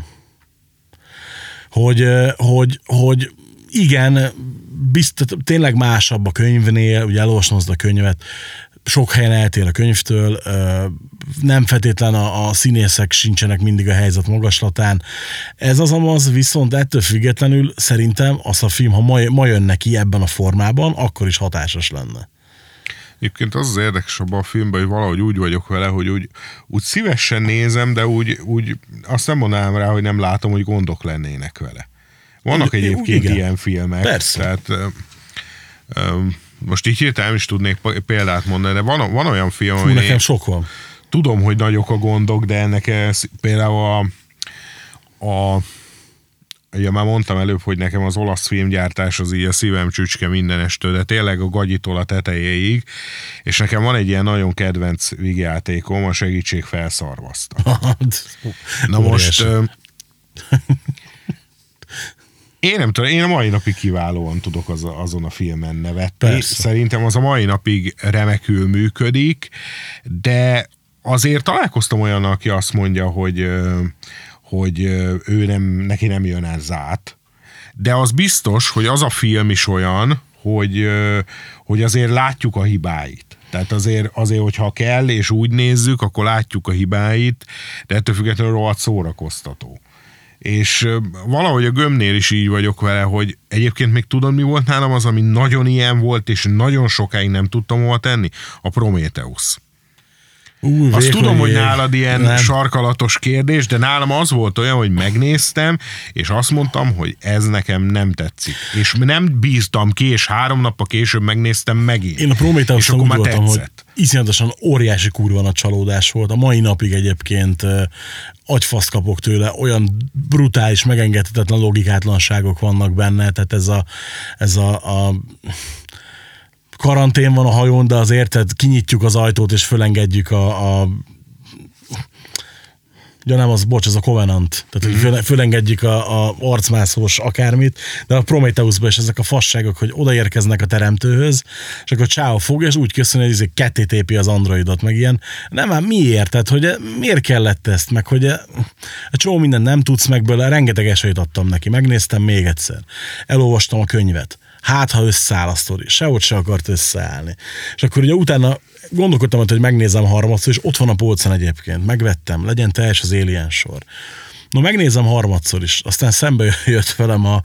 Hogy, hogy, hogy igen, biztos, tényleg másabb a könyvnél, ugye elolvastam azt a könyvet, sok helyen eltér a könyvtől, nem feltétlen a, a színészek sincsenek mindig a helyzet magaslatán. Ez az amaz, viszont ettől függetlenül szerintem az a film, ha ma, ma jön neki ebben a formában, akkor is hatásos lenne. Egyébként az az érdekes abban a filmben, hogy valahogy úgy vagyok vele, hogy úgy, úgy szívesen nézem, de úgy, úgy azt nem mondanám rá, hogy nem látom, hogy gondok lennének vele. Vannak I- egyébként igen. ilyen filmek. Persze. Tehát ö, ö, most így hirtelen is tudnék példát mondani, de van, van olyan film, Fú, nekem sok van. Tudom, hogy nagyok a gondok, de ennek ez, például a, a ugye már mondtam előbb, hogy nekem az olasz filmgyártás az így a szívem csücske mindenestől, de tényleg a gagyitól a tetejéig, és nekem van egy ilyen nagyon kedvenc vígjátékom, a Segítség felszarvazta. Na most ö, én nem tudom, én a mai napig kiválóan tudok az, azon a filmen nevetni. Persze. Szerintem az a mai napig remekül működik, de azért találkoztam olyannal, aki azt mondja, hogy, hogy ő nem, neki nem jön ez át. De az biztos, hogy az a film is olyan, hogy, hogy azért látjuk a hibáit. Tehát azért, azért, hogyha kell, és úgy nézzük, akkor látjuk a hibáit, de ettől függetlenül rohadt szórakoztató. És valahogy a Gömbnél is így vagyok vele, hogy egyébként még tudod, mi volt nálam az, ami nagyon ilyen volt, és nagyon sokáig nem tudtam hova tenni? A Prometheus. Ú, Azt vékony tudom, hogy ég. nálad ilyen Nem. sarkalatos kérdés, de nálam az volt olyan, hogy megnéztem, és azt mondtam, hogy ez nekem nem tetszik. És nem bíztam ki, és három nappal később megnéztem megint. Én a Prometheus-on úgy voltam, hogy tetszett. iszonyatosan óriási kurva nagy csalódás volt. A mai napig egyébként uh, agyfaszt kapok tőle, olyan brutális, megengedhetetlen logikátlanságok vannak benne, tehát ez a, ez a, a karantén van a hajón, de azért tehát kinyitjuk az ajtót és fölengedjük a, a ja nem, az, bocs, ez a Covenant. Tehát, hogy föl, fölengedjük a, a arcmászós akármit, de a Prometheusban is ezek a fasságok, hogy odaérkeznek a teremtőhöz, és akkor Csáó fogja, és úgy köszönöm, hogy ketté tépi az androidot, meg ilyen. Nem, már miért? Tehát, hogy miért kellett ezt? Meg, hogy egy csomó mindent nem tudsz meg belőle, rengeteg esélyt adtam neki. Megnéztem még egyszer. Elolvastam a könyvet. Hát, ha összeáll a sztori. Sehogy se akart összeállni. És akkor ugye utána gondolkodtam, hogy megnézem harmadszor, és ott van a polcon egyébként. Megvettem, legyen teljes az Alien sor. No, megnézem harmadszor is. Aztán szembe jött velem a,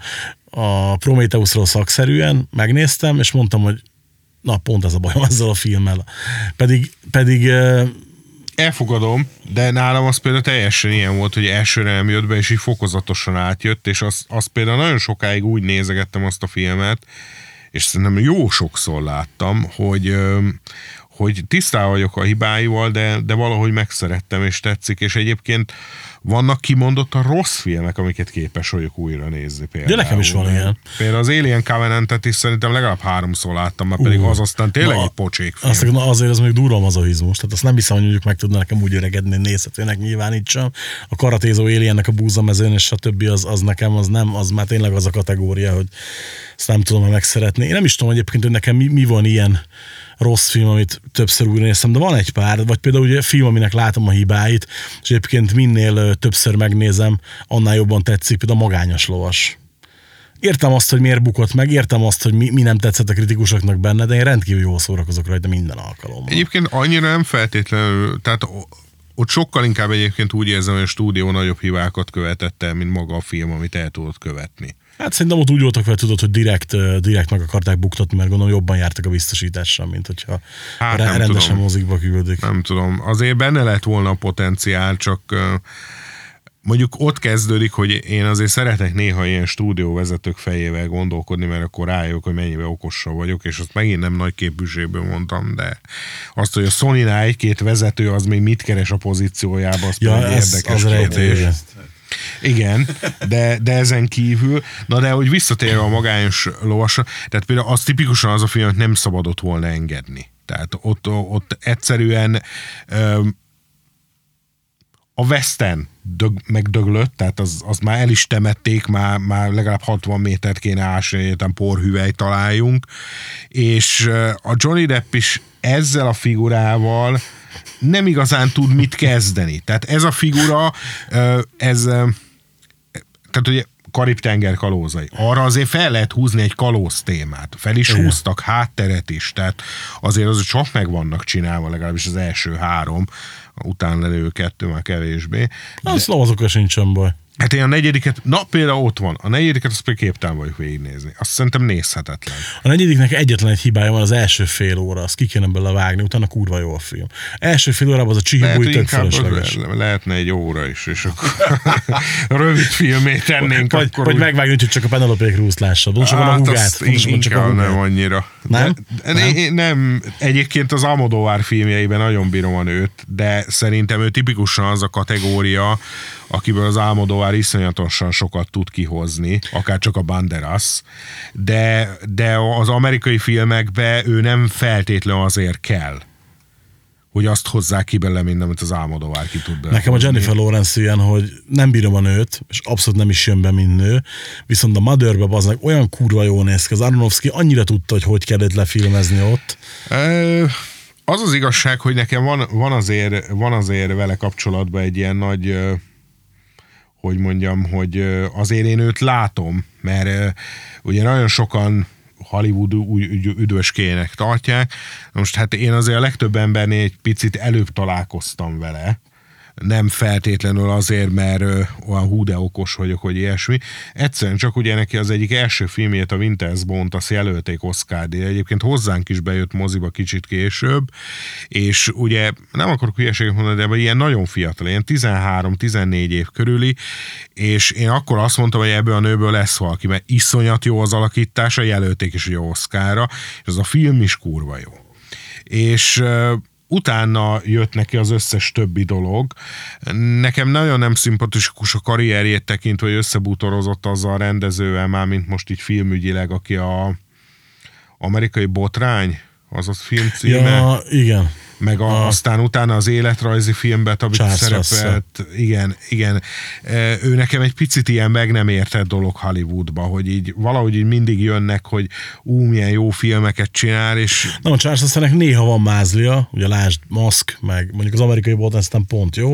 a Prometheusról szakszerűen, megnéztem, és mondtam, hogy na, pont ez a bajom ezzel a filmmel. Pedig, pedig elfogadom, de nálam az például teljesen ilyen volt, hogy elsőre nem jött be, és így fokozatosan átjött, és azt, azt például nagyon sokáig úgy nézegettem azt a filmet, és szerintem jó sokszor láttam, hogy, hogy tisztában vagyok a hibáival, de, de valahogy megszerettem, és tetszik, és egyébként vannak kimondottan rossz filmek, amiket képes vagyok újra nézni. Például. De nekem is van ilyen. Például az Alien Covenantet is szerintem legalább háromszor láttam, mert pedig uh, az aztán tényleg na, egy pocsék film. Azt, na, azért az mondjuk durva mazohizmus, tehát azt nem hiszem, hogy mondjuk meg tudna nekem úgy öregedni, nézhetőnek nyilvánítsam. A karatézó Aliennek a búzamezőn és a többi, az, az nekem az nem, az már tényleg az a kategória, hogy ezt nem tudom megszeretni. Én nem is tudom egyébként, hogy nekem mi, mi van ilyen rossz film, amit többször újra néztem, de van egy pár, vagy például ugye film, aminek látom a hibáit, és egyébként minél többször megnézem, annál jobban tetszik, például a Magányos lovas. Értem azt, hogy miért bukott meg, értem azt, hogy mi, mi nem tetszett a kritikusoknak benne, de én rendkívül jól szórakozok rajta minden alkalommal. Egyébként annyira nem feltétlenül, tehát ott sokkal inkább egyébként úgy érzem, hogy a stúdió nagyobb hibákat követett el, mint maga a film, amit el tudott követni. Hát szerintem ott úgy voltak fel, tudod, hogy direkt, direkt meg akarták buktatni, mert gondolom jobban jártak a biztosítással, mint hogyha hát rendesen tudom. Mozikba küldik. Nem tudom. Azért benne lett volna a potenciál, csak mondjuk ott kezdődik, hogy én azért szeretek néha ilyen stúdióvezetők fejével gondolkodni, mert akkor rájövök, hogy mennyivel okosabb vagyok, és azt megint nem nagy képűségből mondtam, de azt, hogy a Sonynál egy-két vezető az még mit keres a pozíciójába, az ja, pedig érdekes kérdés. Igen, de, de ezen kívül, na de hogy visszatérve a Magányos lovasra, tehát például az tipikusan az a film, hogy nem szabadott volna engedni. Tehát ott, ott egyszerűen öm, a Western dög, megdöglött, tehát az, az már el is temették, már, már legalább hatvan métert kéne ásni, hogy egyáltalán porhüvely találjunk, és a Johnny Depp is ezzel a figurával nem igazán tud mit kezdeni. Tehát ez a figura, ez, tehát ugye Karib-tenger kalózai. Arra azért fel lehet húzni egy kalóz témát. Fel is igen. Húztak hátteret is, tehát azért az csak meg vannak csinálva, legalábbis az első három, utána levő kettő már kevésbé. De... Az azokkal sincsen baj. Hát én a negyediket, na például ott van, a negyediket azt például képtelen vagyok végignézni. Azt szerintem nézhetetlen. A negyediknek egyetlen egy hibája van, az első fél óra, azt ki kéne bele vágni, utána kurva jó a film. Első fél órában az a csihibúj tök fölösleges. Lehetne egy óra is, és akkor rövid filmét tennénk. Vagy, akkor vagy úgy... megvágni, hogy csak a Penelope Cruz lássa. Most hát van a hugát. Inkább nem annyira. Nem? De, nem? Én, nem? Egyébként az Almodóvar filmjeiben nagyon bírom a nőt, de szerintem ő tipikusan az a kategória, akiből az Almodóvar iszonyatosan sokat tud kihozni, akár csak a Banderas, de, de az amerikai filmekben ő nem feltétlenül azért kell, hogy azt hozzák ki belőle minden, amit az Almodóvar ki tud belőle. Nekem a Jennifer Lawrence ilyen, hogy nem bírom a nőt, és abszolút nem is jön be, mint nő, viszont a Motherbe baznak olyan kurva jól néz ki, az Aronofsky annyira tudta, hogy hogy kellett lefilmezni ott. Ö, az az igazság, hogy nekem van, van, azért, van azért vele kapcsolatban egy ilyen nagy... hogy mondjam, hogy azért én őt látom, mert ugye nagyon sokan Hollywood üdvöskének tartják. Most hát én azért a legtöbb embernél egy picit előbb találkoztam vele, nem feltétlenül azért, mert olyan hú de okos vagyok, hogy ilyesmi. Egyszerűen csak ugye neki az egyik első filmjét, a Winter's Bone-t, azt jelölték Oscar-díjra. Egyébként hozzánk is bejött moziba kicsit később, és ugye nem akarok hülyeséget mondani, de ilyen nagyon fiatal, ilyen tizenhárom-tizennégy év körüli, és én akkor azt mondtam, hogy ebből a nőből lesz valaki, mert iszonyat jó az alakítása, jelölték is ugye Oscarra, és az a film is kurva jó. És utána jött neki az összes többi dolog. Nekem nagyon nem szimpatikus a karrierjét tekintve, hogy összebútorozott azzal a rendezővel, már mint most így filmügyileg, aki a Amerikai Botrány, az az film címe. Ja, igen. Meg a, a... aztán utána az életrajzi filmben, amit Charles szerepelt. Russell. Igen, igen. Ő nekem egy picit ilyen meg nem értett dolog Hollywoodba, hogy így valahogy így mindig jönnek, hogy ú, milyen jó filmeket csinál, és... Na, a Charles Russellnek néha van mázlia, ugye lásd Mask, meg mondjuk az Amerikai Botrány aztán pont jó,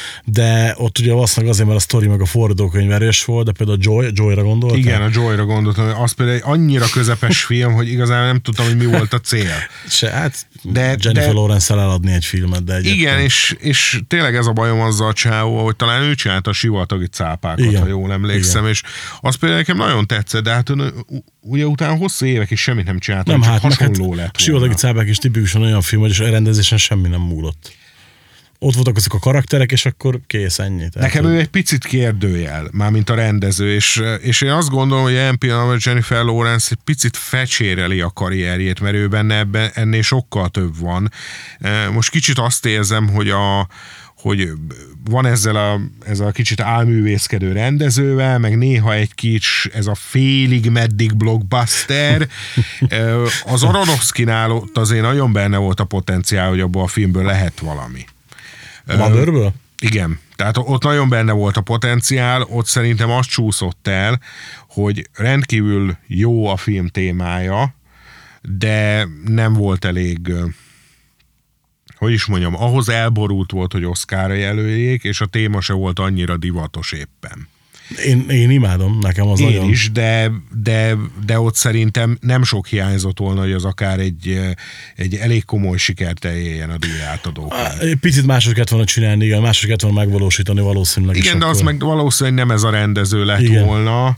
de ott ugye valószínűleg azért, mert a sztori meg a forradókönyv erős volt, de például a Joy, Joyra gondoltam? Igen, a Joyra gondoltam, az például egy annyira közepes film, hogy igazán nem tudtam, hogy mi volt a cél. Se, hát de, Jennifer de... Lawrence el eladni egy filmet, de egyébként... Igen, és, és tényleg ez a bajom azzal a csávó, hogy talán ő csinálta a sivatagi cápákat, igen, ha jól emlékszem, igen. És az például nekem nagyon tetszett, de hát ugye utána hosszú évek is semmit nem csináltam, nem, csak hát, hasonló hát lett. A sivatagi cápák is tipikusan olyan film, hogy a rendezésen semmi nem múlott. Ott voltak azok a karakterek, és akkor kész, ennyi. Tehát, nekem hogy... ő egy picit kérdőjel, mármint a rendező, és, és én azt gondolom, hogy ilyen pillanatban Jennifer Lawrence egy picit fecséreli a karrierjét, mert ő benne ebben, ennél sokkal több van. Most kicsit azt érzem, hogy a hogy van ezzel a, ezzel a kicsit álművészkedő rendezővel, meg néha egy kicsi, ez a félig meddig blockbuster. Az Aronofsky-nál ott azért nagyon benne volt a potenciál, hogy abból a filmből lehet valami. A Mother-ből? Igen. Tehát ott nagyon benne volt a potenciál, ott szerintem az csúszott el, hogy rendkívül jó a film témája, de nem volt elég, hogy is mondjam, ahhoz elborult volt, hogy Oscarra jelöljék, és a téma se volt annyira divatos éppen. Én, én imádom, nekem az én nagyon... is, de, de, de ott szerintem nem sok hiányzott volna, hogy az akár egy, egy elég komoly sikert elérjen a díjátadókon. Picit máshogy kellett volna csinálni, igen, máshogy kellett volna megvalósítani valószínűleg. Igen, de akkor... az meg valószínűleg nem ez a rendező lett igen. volna.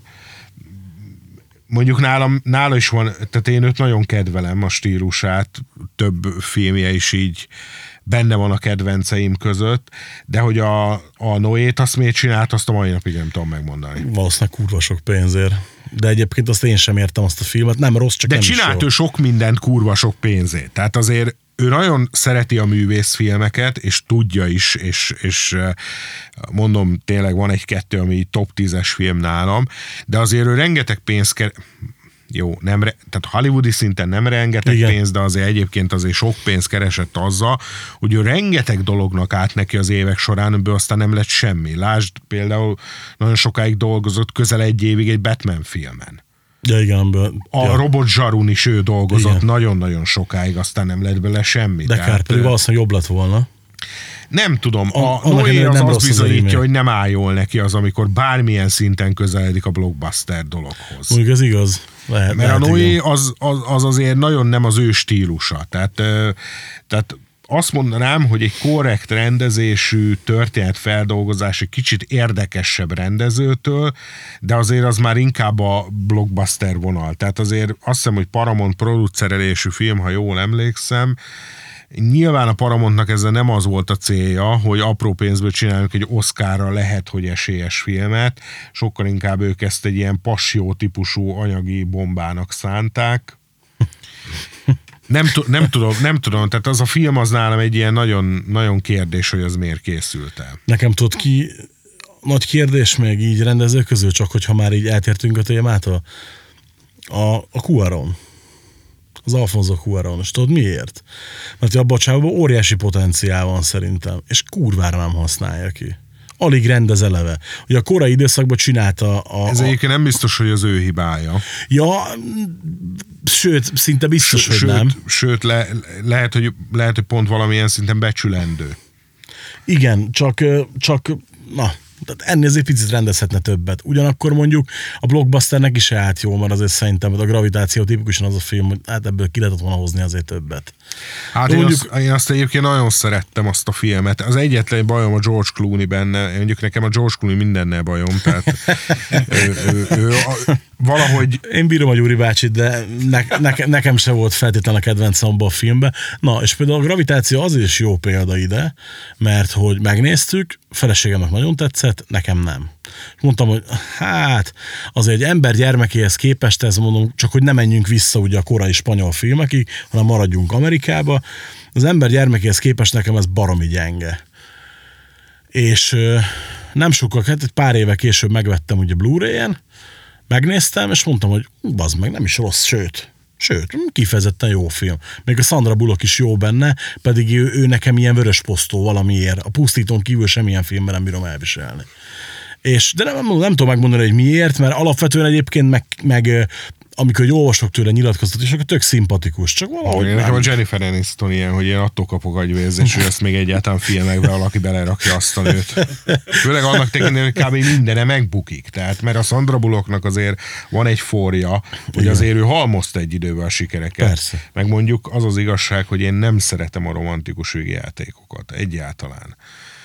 Mondjuk nálam, nála is van, tehát én őt nagyon kedvelem a stílusát, több filmje is így benne van a kedvenceim között, de hogy a, a Noét azt miért csinált, azt a mai napig nem tudom megmondani. Valószínűleg kurva sok pénzért. De egyébként azt én sem értem azt a filmet, nem rossz, csak de nem csinált ő is sok mindent kurva sok pénzért. Tehát azért ő nagyon szereti a művészfilmeket, és tudja is, és, és mondom, tényleg van egy-kettő, ami top tízes film nálam, de azért ő rengeteg pénzt ker... Jó, nem re... tehát hollywoodi szinten nem rengeteg igen. pénz, de azért egyébként azért sok pénzt keresett azzal, hogy ő rengeteg dolognak állt neki az évek során, ebből aztán nem lett semmi. Lásd, például nagyon sokáig dolgozott, közel egy évig egy Batman filmen. Ja, igen, be, a ja. Robot Zsarun is ő dolgozott igen. nagyon-nagyon sokáig, aztán nem lett bele semmi. De kár, pedig valószínűleg jobb lett volna. Nem tudom, a, a Noé az nem azt bizonyítja, az hogy nem áll jól neki az, amikor bármilyen szinten közeledik a blockbuster dologhoz. Mondjuk ez igaz. Lehet, Mert lehet, a Noé az, az, az azért nagyon nem az ő stílusa. Tehát, tehát azt mondanám, hogy egy korrekt rendezésű történetfeldolgozás egy kicsit érdekesebb rendezőtől, de azért az már inkább a blockbuster vonal. Tehát azért azt hiszem, hogy Paramount producerelésű film, ha jól emlékszem, nyilván a Paramontnak ezzel nem az volt a célja, hogy apró pénzből csináljuk egy Oscarra lehet, hogy esélyes filmet, sokkal inkább ők ezt egy ilyen passió típusú anyagi bombának szánták. Nem, nem, tudom, nem tudom, tehát az a film az nálam egy ilyen nagyon, nagyon kérdés, hogy az miért készült el. Nekem tudod ki, nagy kérdés még így rendezők közül, csak hogyha már így eltértünk a témától, a, a Cuarón. Az Alfonso Cuarón. És tudod miért? Mert abban a csávban óriási potenciál van szerintem, és kurvára nem használja ki. Alig rendez eleve. Ugye a korai időszakban csinálta a... Ez egyébként nem biztos, hogy az ő hibája. Ja, sőt, szinte biztos, sőt, hogy nem. Sőt, le, lehet, hogy, lehet, hogy pont valamilyen szinten becsülendő. Igen, csak, csak na, ennél azért picit rendezhetne többet. Ugyanakkor mondjuk a blockbusternek is állt jól, mert azért szerintem a Gravitáció tipikusan az a film, hogy hát ebből ki lehetett volna hozni azért többet. Hát én, mondjuk, azt, én azt egyébként nagyon szerettem azt a filmet. Az egyetlen bajom a George Clooney benne, mondjuk nekem a George Clooney mindennel bajom, tehát ő, ő, ő, a, valahogy... Én bírom a Gyuri bácsit, de ne, ne, nekem se volt feltétlenül a kedvencem abban a filmben. Na, és például a Gravitáció azért is jó példa ide, mert hogy megnéztük, feleségemnek nagyon tetszett, nekem nem. Mondtam, hogy hát azért egy ember gyermekéhez képest, ez mondom, csak hogy ne menjünk vissza ugye a korai spanyol filmekig, hanem maradjunk Amerikába. Az ember gyermekéhez képest nekem ez baromi gyenge. És nem sokkal, hát egy pár éve később megvettem ugye Blu-ray-en, megnéztem, és mondtam, hogy bazd meg, nem is rossz, sőt, sőt, kifejezetten jó film. Még a Sandra Bullock is jó benne, pedig ő, ő nekem ilyen vörös posztó valamiért. A Pusztítón kívül semmilyen filmben nem bírom elviselni. És, de nem, nem tudom megmondani, hogy miért, mert alapvetően egyébként meg, meg amikor olvasok tőle nyilatkozatot, és akkor tök szimpatikus, csak valahogy Nekem a Jennifer Aniston ilyen, hogy én attól kapok agyvérzés, hogy ezt még egyáltalán filmekbe valaki belerakja azt a nőt. Főleg annak tekinteni, hogy kb. Mindene megbukik. Tehát, mert a Sandra Bullocknak azért van egy forja, hogy Igen. azért ő halmozta egy időben a sikereket. Persze. Meg mondjuk az az igazság, hogy én nem szeretem a romantikus végjátékokat. Egyáltalán.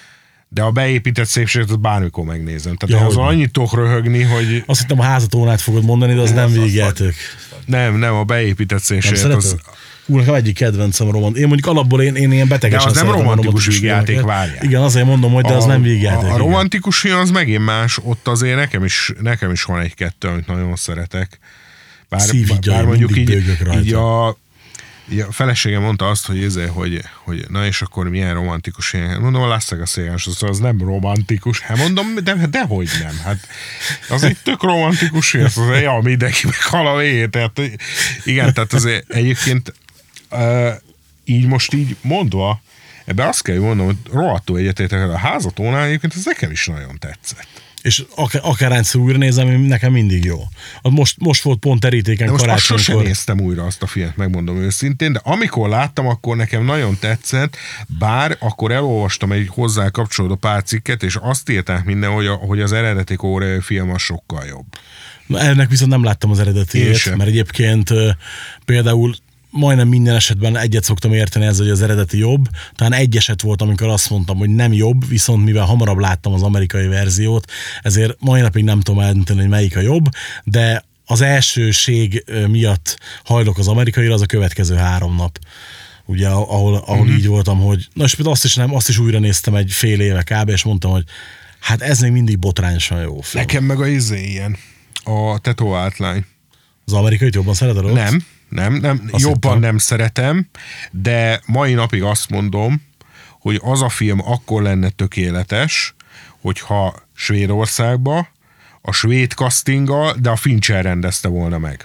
De a beépített szépséget, azt bármikor megnézem. Tehát Ja, azon hogy annyit tudok röhögni, hogy azt hittem a házatónát fogod mondani, de az nem végjáték. nem, nem, a beépített Nem szépséget. szereted? Az, Hú, nekem egyik kedvencem romant. Én mondjuk alapból én, én ilyen betegesen De az nem szeretem a romantikus vígjáték, filmeket. várjál. Igen, azért mondom, hogy de az a, nem vígjáték. A, a igen. romantikus film az megint más, ott azért nekem is, nekem is van egy-kettő, amit nagyon szeretek. Bár, Szívügyai, bár mondjuk mindig így, bőgök rajta. így a, így a feleségem mondta azt, hogy, ezért, hogy, hogy na és akkor milyen romantikus film. Mondom, a Las Vegas Szélgáns, az, az nem romantikus. Hát mondom, de, dehogy nem. Hát az egy tök romantikus film, az, ja, mindenki meghal a végét. Tehát, igen, tehát azért egyébként uh, így most így mondva, ebbe azt kell, hogy mondom, hogy rohadtul egyetértek, a Házatónál egyébként ez nekem is nagyon tetszett. És akár, akár egyszer újra nézem, nekem mindig jó. Most, most volt pont terítéken de most azt karácsonykor. sosem néztem újra azt a filmet, megmondom őszintén, de amikor láttam, akkor nekem nagyon tetszett, bár akkor elolvastam egy hozzá kapcsolódó pár cikket, és azt írták minden, hogy, a, hogy az eredeti koreai film az sokkal jobb. Na, ennek viszont nem láttam az Én eredetiét, sem. mert egyébként uh, például majdnem minden esetben egyet szoktam érteni ezzel, hogy az eredeti jobb. Talán egy eset volt, amikor azt mondtam, hogy nem jobb, viszont mivel hamarabb láttam az amerikai verziót, ezért mai napig nem tudom eldönteni, hogy melyik a jobb, de az elsőség miatt hajlok az amerikaira, az a következő három nap. Ugye, ahol, ahol mm-hmm. így voltam, hogy na és például azt is, nem, azt is újra néztem egy fél éve kb. És mondtam, hogy hát ez még mindig botrányosan jó film. Nekem meg a izé ilyen, a tetovált lány. Az amerikait jobban szereted ott? Nem, nem, nem Azt jobban hittem. nem szeretem, de mai napig azt mondom, hogy az a film akkor lenne tökéletes, hogyha Svédországba, a svéd castinggal, de a Fincher rendezte volna meg.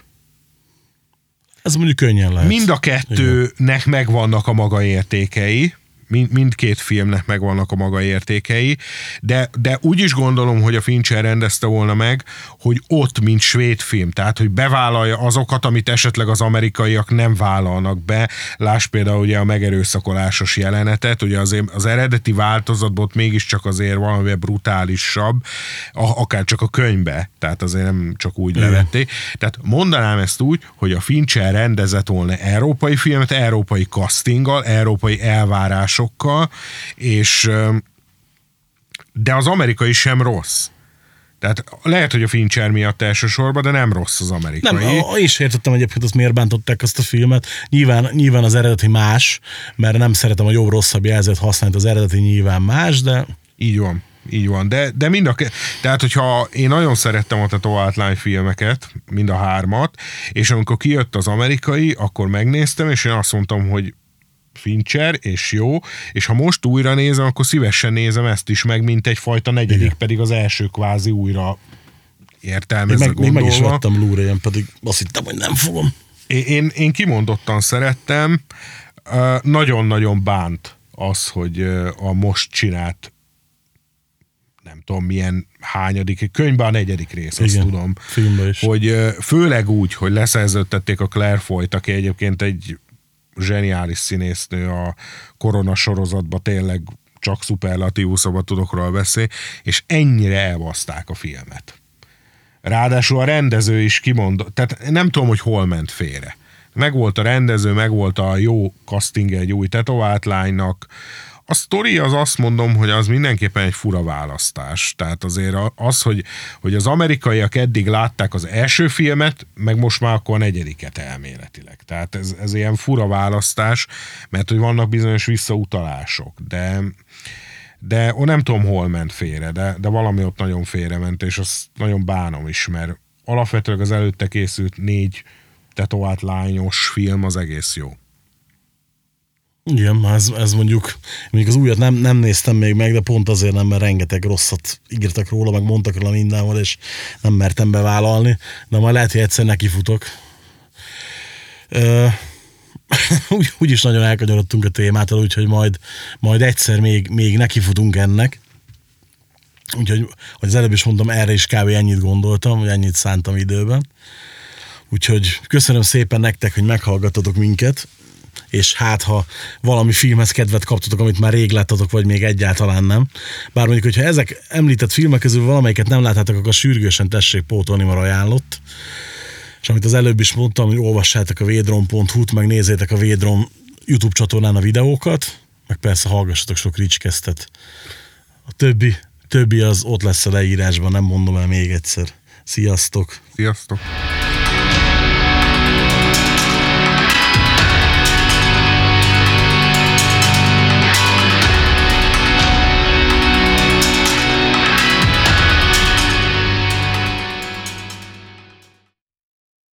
Ez mondjuk könnyen lehet. Mind a kettőnek megvannak a maga értékei, mind, mindkét filmnek megvannak a maga értékei, de, de úgy is gondolom, hogy a Fincher rendezte volna meg, hogy ott, mint svéd film, tehát, hogy bevállalja azokat, amit esetleg az amerikaiak nem vállalnak be. Láss például ugye a megerőszakolásos jelenetet, ugye azért az eredeti változatban ott mégiscsak azért valami brutálisabb, akár csak a könyvbe, tehát azért nem csak úgy Igen. levették. Tehát mondanám ezt úgy, hogy a Fincher rendezett volna európai filmet, európai castinggal, európai elvárás sokkal, és de az amerikai sem rossz. Tehát lehet, hogy a Fincher miatt elsősorban, de nem rossz az amerikai. Nem, én is értettem egyébként, azt miért bántották azt a filmet. Nyilván, nyilván az eredeti más, mert nem szeretem a jobb-rosszabb jelzőt használni, az eredeti nyilván más, de... Így van. Így van, de, de mind a ke- tehát, hogyha én nagyon szerettem a tetovált lány filmeket, mind a hármat, és amikor kijött az amerikai, akkor megnéztem, és én azt mondtam, hogy Fincher, és jó, és ha most újra nézem, akkor szívesen nézem ezt is meg, mint egyfajta negyedik, igen. Pedig az első kvázi újra értelmezve meg, még meg is gondolva. vettem Blu-ray-en, pedig azt hittem, hogy nem fogom. Én, én, én kimondottan szerettem, nagyon-nagyon bánt az, hogy a most csinált nem tudom milyen hányadik, könyvben a negyedik rész, azt igen, tudom. Filmben is. Hogy főleg úgy, hogy leszerződtették a Claire Foyt, aki egyébként egy zseniális színésznő a Korona sorozatban, tényleg csak szuperlatívuszabban tudok róla beszélni, és ennyire elbaszták a filmet. Ráadásul a rendező is kimondott, tehát nem tudom, hogy hol ment félre. Megvolt a rendező, megvolt a jó casting egy új tetovált lánynak. A sztori az azt mondom, hogy az mindenképpen egy fura választás. Tehát azért az, hogy, hogy az amerikaiak eddig látták az első filmet, meg most már akkor a negyediket elméletileg. Tehát ez, ez ilyen fura választás, mert hogy vannak bizonyos visszautalások, de, de ó, nem tudom, hol ment félre, de, de valami ott nagyon félre ment, és azt nagyon bánom is, mert alapvetően az előtte készült négy tetovált lányos film az egész jó. Igen, ez, ez mondjuk, mondjuk az újat nem, nem néztem még meg, de pont azért nem, mert rengeteg rosszat írtak róla, meg mondtak róla mindenhol, és nem mertem bevállalni, de majd lehet, hogy egyszer nekifutok. Uh, úgy, úgyis nagyon elkanyarodtunk a témától, úgyhogy majd, majd egyszer még, még nekifutunk ennek. Úgyhogy, hogy az előbb is mondtam, erre is kb. Ennyit gondoltam, hogy ennyit szántam időben. Úgyhogy köszönöm szépen nektek, hogy meghallgattatok minket, és hát ha valami filmhez kedvet kaptatok, amit már rég láttatok, vagy még egyáltalán nem. Bár mondjuk, hogyha ezek említett filmek közül valamelyiket nem láttátok, akkor sürgősen tessék pótolni, mert ajánlott. És amit az előbb is mondtam, hogy olvassátok a védrom pont hu-t, meg nézzétek a Védrom YouTube csatornán a videókat, meg persze hallgassatok sok Ricskesztet. A többi, többi az ott lesz a leírásban, nem mondom el még egyszer. Sziasztok! Sziasztok!